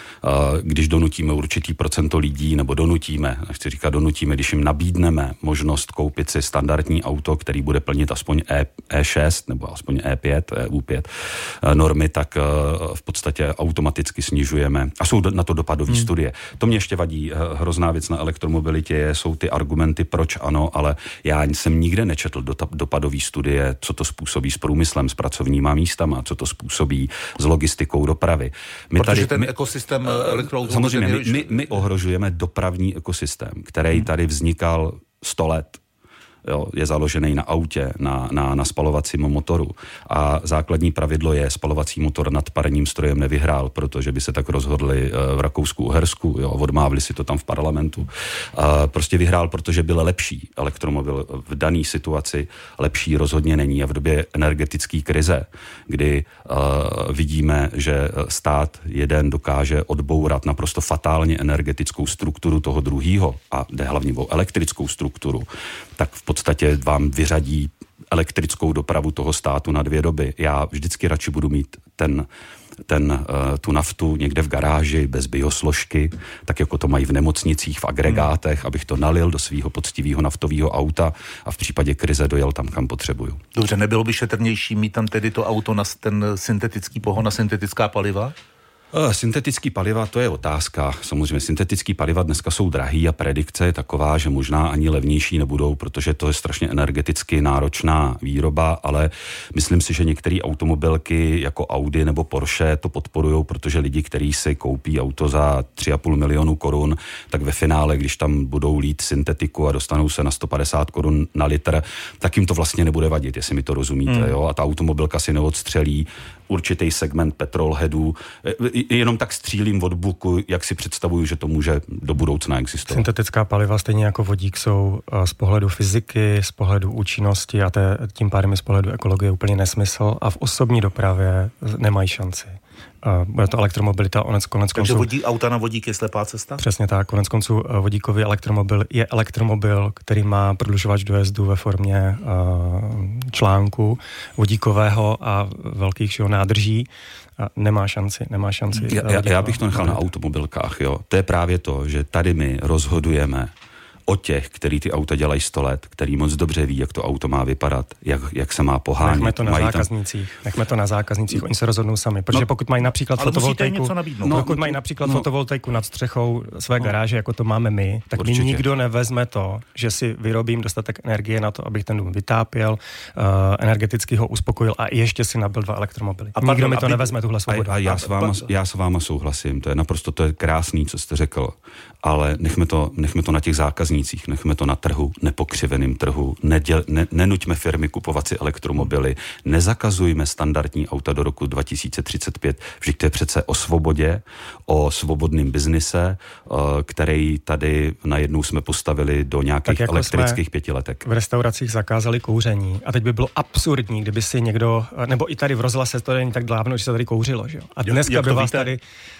Když donutíme určitý procento lidí, nebo donutíme, chci říkat donutíme, když jim nabídneme možnost koupit si standardní auto, který bude plnit aspoň E šest nebo aspoň E pět, E U pět normy, tak v podstatě automaticky snižujeme. A jsou na to dopadové hmm. studie. To mě ještě vadí. Hrozná věc na elektromobilitě jsou ty argumenty, proč ano, ale já jsem nikde nečetl dopadové studie, co to způsobí s průmyslem, s pracovníma místama, co to způsobí s logistikou dopravy. My Protože tady, ten my, ekosystém samozřejmě, my, my, my ohrožujeme dopravní ekosystém, který tady vznikal sto let. Jo, je založený na autě, na, na, na spalovacím motoru. A základní pravidlo je, spalovací motor nad parním strojem nevyhrál, protože by se tak rozhodli v Rakousku-Uhersku, jo, odmávli si to tam v parlamentu. A prostě vyhrál, protože byl lepší elektromobil v dané situaci. Lepší rozhodně není. A v době energetické krize, kdy uh, vidíme, že stát jeden dokáže odbourat naprosto fatálně energetickou strukturu toho druhýho, a jde hlavně o elektrickou strukturu, tak v podstatě vám vyřadí elektrickou dopravu toho státu na dvě doby. Já vždycky radši budu mít ten, ten, uh, tu naftu někde v garáži bez biosložky, tak jako to mají v nemocnicích, v agregátech, hmm. abych to nalil do svého poctivého naftového auta a v případě krize dojel tam, kam potřebuju. Dobře, nebylo by šetrnější mít tam tedy to auto na ten syntetický pohon, na syntetická paliva? Syntetický paliva, to je otázka. Samozřejmě syntetický paliva dneska jsou drahý a predikce je taková, že možná ani levnější nebudou, protože to je strašně energeticky náročná výroba, ale myslím si, že některé automobilky jako Audi nebo Porsche to podporujou, protože lidi, kteří si koupí auto za tři a půl milionu korun, tak ve finále, když tam budou lít syntetiku a dostanou se na sto padesát korun na litr, tak jim to vlastně nebude vadit, jestli mi to rozumíte. Hmm. Jo? A ta automobilka si neodstřelí určitý segment petrolheadů. Jenom tak střílím od buku, jak si představuju, že to může do budoucna existovat. Syntetická paliva, stejně jako vodík, jsou z pohledu fyziky, z pohledu účinnosti a té, tím pádem i z pohledu ekologie úplně nesmysl a v osobní dopravě nemají šanci. Bude to elektromobilita, konec konec Takže konců... Takže auta na vodík je slepá cesta? Přesně tak, konec konců vodíkový elektromobil je elektromobil, který má prodlužovač dojezdu ve formě uh, článku vodíkového a velkých nádrží. A nemá šanci, nemá šanci. Já, já, já bych to nechal na automobilkách, jo. To je právě to, že tady my rozhodujeme o těch, který ty auta dělají sto let, který moc dobře ví, jak to auto má vypadat, jak, jak se má pohánět. Nechme to na mají zákaznících. Tam... Nechme to na zákaznících, oni se rozhodnou sami. Protože no, pokud mají například fotovoltaiku, no, pokud mají například no, fotovoltaiku nad střechou své garáže, jako to máme my, tak určitě. Mi nikdo nevezme to, že si vyrobím dostatek energie na to, abych ten dům vytápěl, uh, energeticky ho uspokojil a ještě si nabil dva elektromobily. A nikdo pardon, mi to aby... nevezme, tuhle svobodu. A, a já, s váma, já s váma souhlasím, to je naprosto to je krásný, co jste řekl, ale nechme to, nechme to na těch zákaznících. Nechme to na trhu, nepokřiveným trhu, neděl, ne, nenuťme firmy kupovat si elektromobily, nezakazujme standardní auta do roku dva tisíce třicet pět. Vždyť to je přece o svobodě, o svobodném biznise, který tady najednou jsme postavili do nějakých jako elektrických pětiletek. V restauracích zakázali kouření a teď by bylo absurdní, kdyby si někdo, nebo i tady v rozhlase to není tak dávno, že se tady kouřilo, že jo? A dneska by vás tady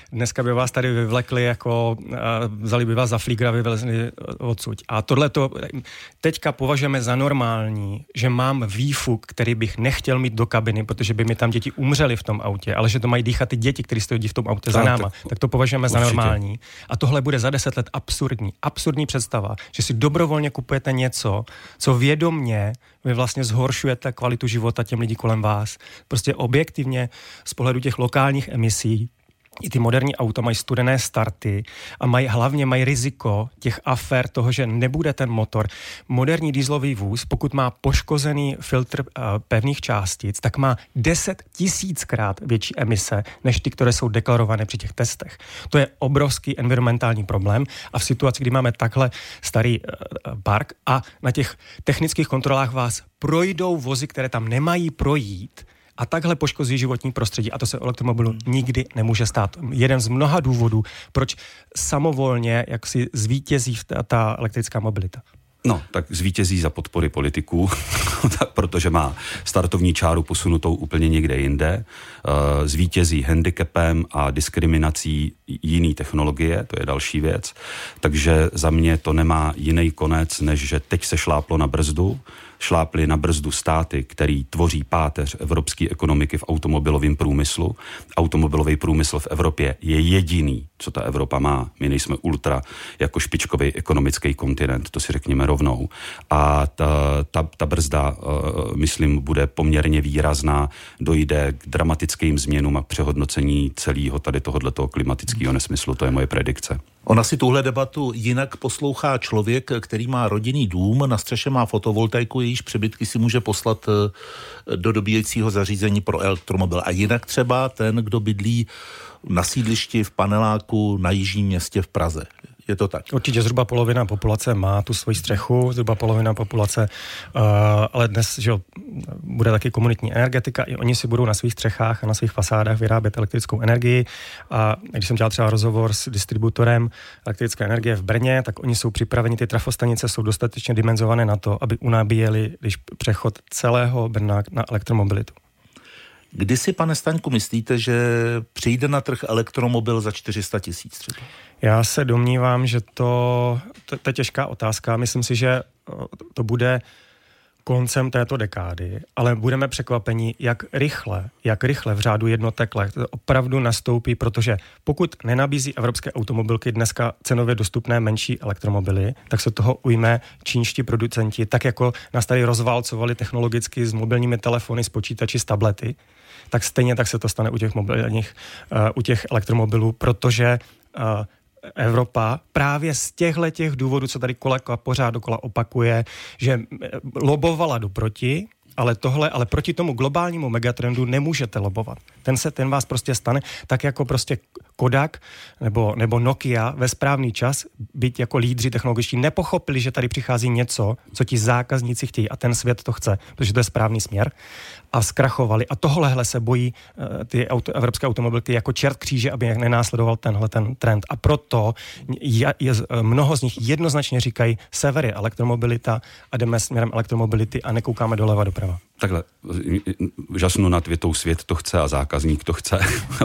dneska by vás tady vyvlekli jako, vzali by vás za flígra, vyvezli odsud. A tohle to teďka považujeme za normální, že mám výfuk, který bych nechtěl mít do kabiny, protože by mi tam děti umřely v tom autě, ale že to mají dýchat ty děti, kteří stojí v tom autě za náma. Tak, tak to považujeme určitě za normální. A tohle bude za deset let absurdní. Absurdní představa, že si dobrovolně kupujete něco, co vědomně vy vlastně zhoršujete kvalitu života těm lidí kolem vás. Prostě objektivně z pohledu těch lokálních emisí i ty moderní auta mají studené starty a mají, hlavně mají riziko těch afér toho, že nebude ten motor. Moderní dieselový vůz, pokud má poškozený filtr uh, pevných částic, tak má deset tisíckrát větší emise, než ty, které jsou deklarované při těch testech. To je obrovský environmentální problém a v situaci, kdy máme takhle starý uh, park a na těch technických kontrolách vás projdou vozy, které tam nemají projít, a takhle poškozí životní prostředí a to se elektromobilu nikdy nemůže stát. Jeden z mnoha důvodů, proč samovolně jak si zvítězí ta, ta elektrická mobilita. No, tak zvítězí za podpory politiků, protože má startovní čáru posunutou úplně někde jinde. Zvítězí handicapem a diskriminací jiný technologie, to je další věc. Takže za mě to nemá jiný konec, než že teď se šláplo na brzdu, šlápli na brzdu státy, který tvoří páteř evropské ekonomiky v automobilovém průmyslu. Automobilový průmysl v Evropě je jediný, co ta Evropa má. My nejsme ultra jako špičkový ekonomický kontinent, to si řekněme rovnou. A ta, ta, ta brzda, uh, myslím, bude poměrně výrazná, dojde k dramatickým změnům a přehodnocení celého tady tohoto klimatického nesmyslu, to je moje predikce. Ona si tuhle debatu jinak poslouchá člověk, který má rodinný dům, na střeše má fotovoltaiku, jejíž přebytky si může poslat do dobíjecího zařízení pro elektromobil. A jinak třeba ten, kdo bydlí na sídlišti v paneláku na jižním městě v Praze. Je to tak? Určitě zhruba polovina populace má tu svoji střechu, zhruba polovina populace, uh, ale dnes, že jo, bude taky komunitní energetika, i oni si budou na svých střechách a na svých fasádách vyrábět elektrickou energii. A když jsem dělal třeba rozhovor s distributorem elektrické energie v Brně, tak oni jsou připraveni, ty trafostanice jsou dostatečně dimenzované na to, aby unabíjeli, když přechod celého Brna na elektromobilitu. Kdy si, pane Staňku, myslíte, že přijde na trh elektromobil za čtyři sta tisíc třeba? Já se domnívám, že to, to, to je těžká otázka. Myslím si, že to bude koncem této dekády, ale budeme překvapeni, jak rychle, jak rychle v řádu jednotek let to opravdu nastoupí, protože pokud nenabízí evropské automobilky dneska cenově dostupné menší elektromobily, tak se toho ujme čínští producenti, tak jako nás tady rozválcovali technologicky s mobilními telefony, s počítači, s tablety, tak stejně tak se to stane u těch mobilních, uh, u těch elektromobilů, protože uh, Evropa právě z těchto těch důvodů, co tady koleka pořád dokola opakuje, že lobovala doproti, ale tohle, ale proti tomu globálnímu megatrendu nemůžete lobovat. Ten se, ten vás prostě stane, tak jako prostě Kodak nebo, nebo Nokia ve správný čas, byť jako lídři technologičtí, nepochopili, že tady přichází něco, co ti zákazníci chtějí a ten svět to chce, protože to je správný směr a zkrachovali. A tohlehle se bojí uh, ty auto, evropské automobilky jako čert kříže, aby nenásledoval tenhle ten trend. A proto je, je, mnoho z nich jednoznačně říkají, sever je elektromobilita a jdeme směrem elektromobility a nekoukáme doleva doprava. Takhle, žasnu nad větou svět to chce a zákazník to chce.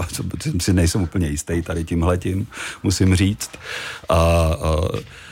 si nejsem úplně jistý tady tímhletím, musím říct. A, a,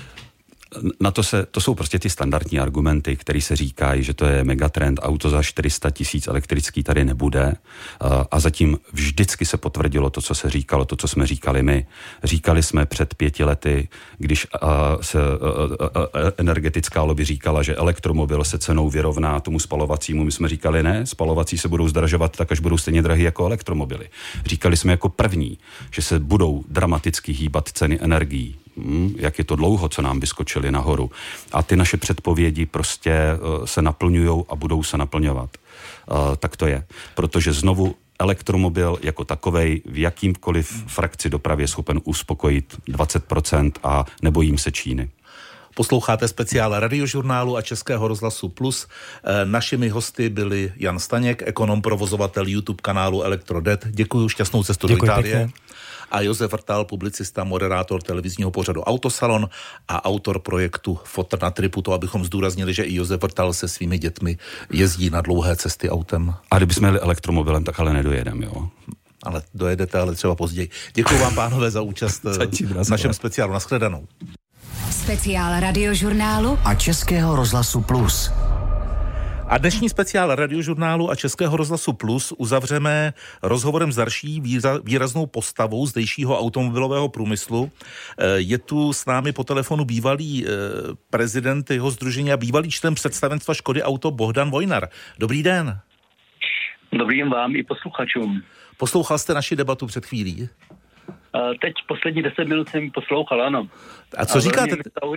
na to, se, to jsou prostě ty standardní argumenty, které se říkají, že to je megatrend, auto za čtyři sta tisíc elektrický tady nebude. A, a zatím vždycky se potvrdilo to, co se říkalo, to, co jsme říkali my. Říkali jsme před pěti lety, když a, se a, a, energetická lobby říkala, že elektromobil se cenou vyrovná tomu spalovacímu. My jsme říkali, ne, spalovací se budou zdražovat tak, až budou stejně drahý jako elektromobily. Říkali jsme jako první, že se budou dramaticky hýbat ceny energií. Hmm, jak je to dlouho, co nám vyskočili nahoru. A ty naše předpovědi prostě uh, se naplňujou a budou se naplňovat. Uh, tak to je. Protože znovu elektromobil jako takovej v jakýmkoliv frakci dopravy je schopen uspokojit dvacet procent a nebojím se Číny. Posloucháte speciál Radiožurnálu a Českého rozhlasu Plus. Našimi hosty byli Jan Staněk, ekonom, provozovatel YouTube kanálu ElektroDet. Děkuji, šťastnou cestu do Itálie. A Josef Vrtal, publicista, moderátor televizního pořadu Autosalon a autor projektu Fotr na tripu, to abychom zdůraznili, že i Josef Vrtal se svými dětmi jezdí na dlouhé cesty autem. A kdybychom jeli elektromobilem, tak ale nedojedem, jo? Ale dojedete, ale třeba později. Děkuji vám, pánové, za účast v našem speciálu. Nashledanou. Speciál Radiožurnálu a Českého rozhlasu Plus. A dnešní speciál Radiožurnálu a Českého rozhlasu Plus uzavřeme rozhovorem s další výraznou postavou zdejšího automobilového průmyslu. Je tu s námi po telefonu bývalý prezident jeho sdružení a bývalý člen představenstva Škody Auto Bohdan Vojnar. Dobrý den. Dobrý den vám i posluchačům. Poslouchal jste naši debatu před chvílí? Teď poslední deset minut jsem poslouchal, ano. A co a říkáte?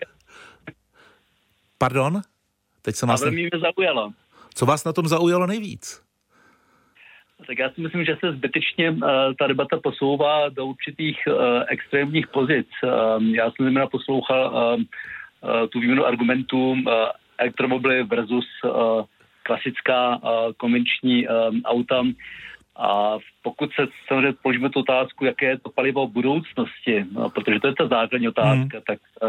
Pardon? Teď jsem a vás... velmi mě zaujalo. Co vás na tom zaujalo nejvíc? Tak já si myslím, že se zbytečně uh, ta debata posouvá do určitých uh, extrémních pozic. Uh, já jsem zejména poslouchal uh, uh, tu výměnu argumentů uh, elektromobily versus uh, klasická uh, konvenční uh, auta. A pokud se samozřejmě položíme tu otázku, jaké je to palivo budoucnosti, no, protože to je ta základní otázka, hmm. tak uh,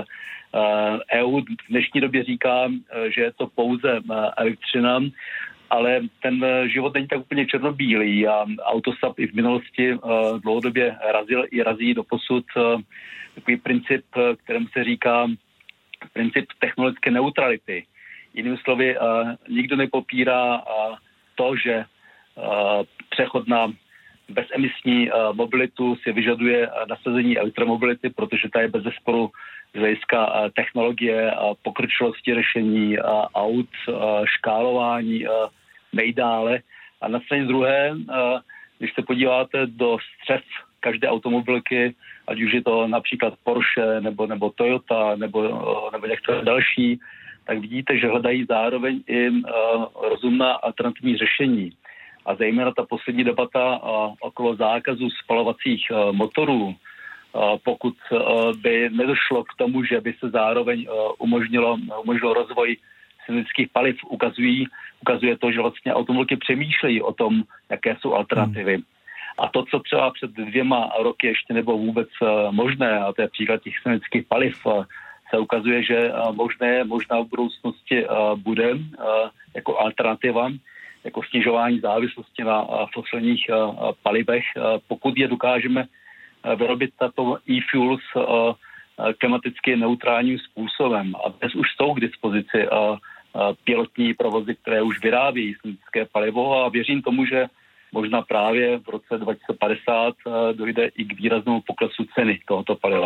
E U v dnešní době říká, že je to pouze uh, elektřina, ale ten uh, život není tak úplně černobílý a Autosap i v minulosti uh, dlouhodobě razil i razí do posud uh, takový princip, uh, kterému se říká princip technologické neutrality. Jinými slovy, uh, nikdo nepopírá uh, to, že Uh, přechod na bezemisní uh, mobilitu si vyžaduje uh, nasazení elektromobility, protože ta je bez zesporu z hlediska uh, technologie a uh, pokročilosti řešení uh, aut, uh, škálování uh, nejdále. A na straně druhé, uh, když se podíváte do střev každé automobilky, ať už je to například Porsche nebo, nebo Toyota nebo, uh, nebo některé další, tak vidíte, že hledají zároveň i uh, rozumná alternativní řešení. A zejména ta poslední debata uh, okolo zákazu spalovacích uh, motorů, uh, pokud uh, by nedošlo k tomu, že by se zároveň uh, umožnilo, umožnilo rozvoj syntetických paliv, ukazují, ukazuje to, že vlastně automobilky přemýšlejí o tom, jaké jsou alternativy. Hmm. A to, co třeba před dvěma roky ještě nebylo vůbec uh, možné, a to je příklad těch syntetických paliv, uh, se ukazuje, že uh, možné, možná v budoucnosti uh, bude uh, jako alternativa, jako snižování závislosti na uh, fosilních uh, palivech, uh, pokud je dokážeme uh, vyrobit tato e-fuels uh, uh, klimaticky neutrálním způsobem. A dnes už jsou k dispozici uh, uh, pilotní provozy, které už vyrábějí syntetické palivo a věřím tomu, že možná právě v roce dva tisíce padesát uh, dojde i k výraznému poklesu ceny tohoto paliva.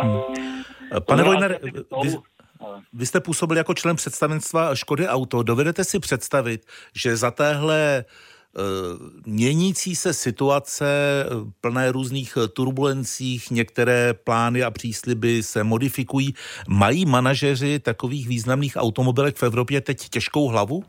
Pane Vojnar, vy, vy jste působil jako člen představenstva Škody Auto. Dovedete si představit, že za téhle uh, měnící se situace, plné různých turbulencích, některé plány a přísliby se modifikují, mají manažeři takových významných automobilek v Evropě teď těžkou hlavu?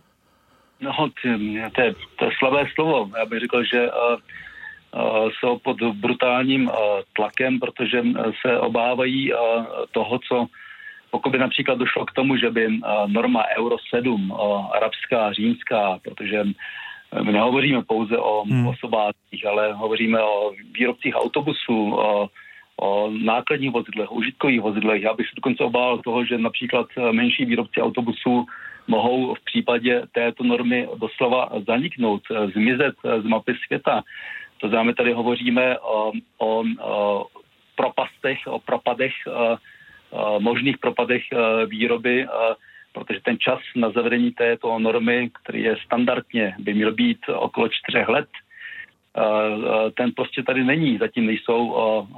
No, to je, to je slabé slovo. Já bych řekl, že uh, uh, jsou pod brutálním uh, tlakem, protože se obávají uh, toho, co pokud by například došlo k tomu, že by uh, norma Euro sedm, uh, arabská, římská, protože my nehovoříme pouze o hmm. osobácích, ale hovoříme o výrobcích autobusů, o, o nákladních vozidlech, užitkových vozidlech. Já bych se dokonce obával toho, že například menší výrobci autobusů mohou v případě této normy doslova zaniknout, zmizet z mapy světa. To znamená, tady hovoříme o, o, o propastech, o propadech, o, o možných propadech výroby, protože ten čas na zavedení této normy, který je standardně, by měl být okolo čtyřech let, ten prostě tady není. Zatím nejsou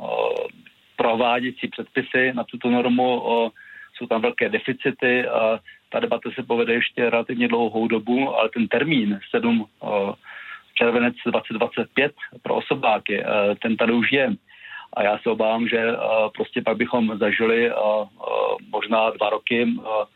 prováděcí předpisy na tuto normu, jsou tam velké deficity. Ta debata se povede ještě relativně dlouhou dobu, ale ten termín sedm červenec dva tisíce dvacet pět pro osobáky, ten tady už je. A já se obávám, že prostě pak bychom zažili možná dva roky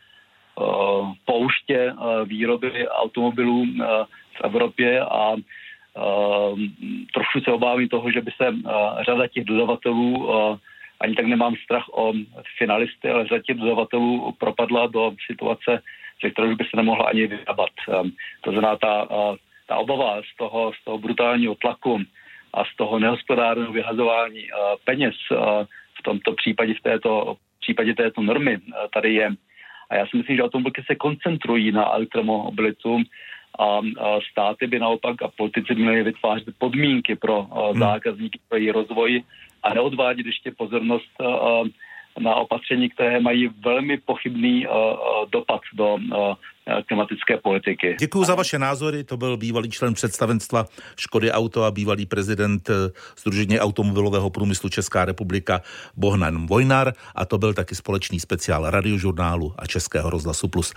pouště výroby automobilů v Evropě a trošku se obávám toho, že by se řada těch dodavatelů, ani tak nemám strach o finalisty, ale řada těch dodavatelů propadla do situace, ze kterou by se nemohla ani vyrábat. To znamená, ta, ta obava z toho, z toho brutálního tlaku a z toho nehospodárného vyhazování peněz v tomto případě, v této v případě této normy tady je. A já si myslím, že automobilky se koncentrují na elektromobilitu a státy by naopak a politici by měli vytvářet podmínky pro zákazníky, pro její rozvoj a neodvádět ještě pozornost na opatření, které mají velmi pochybný uh, dopad do uh, klimatické politiky. Děkuji za vaše názory, to byl bývalý člen představenstva Škody Auto a bývalý prezident Sdružení automobilového průmyslu Česká republika Bohdan Vojnar a to byl taky společný speciál Radiožurnálu a Českého rozhlasu Plus.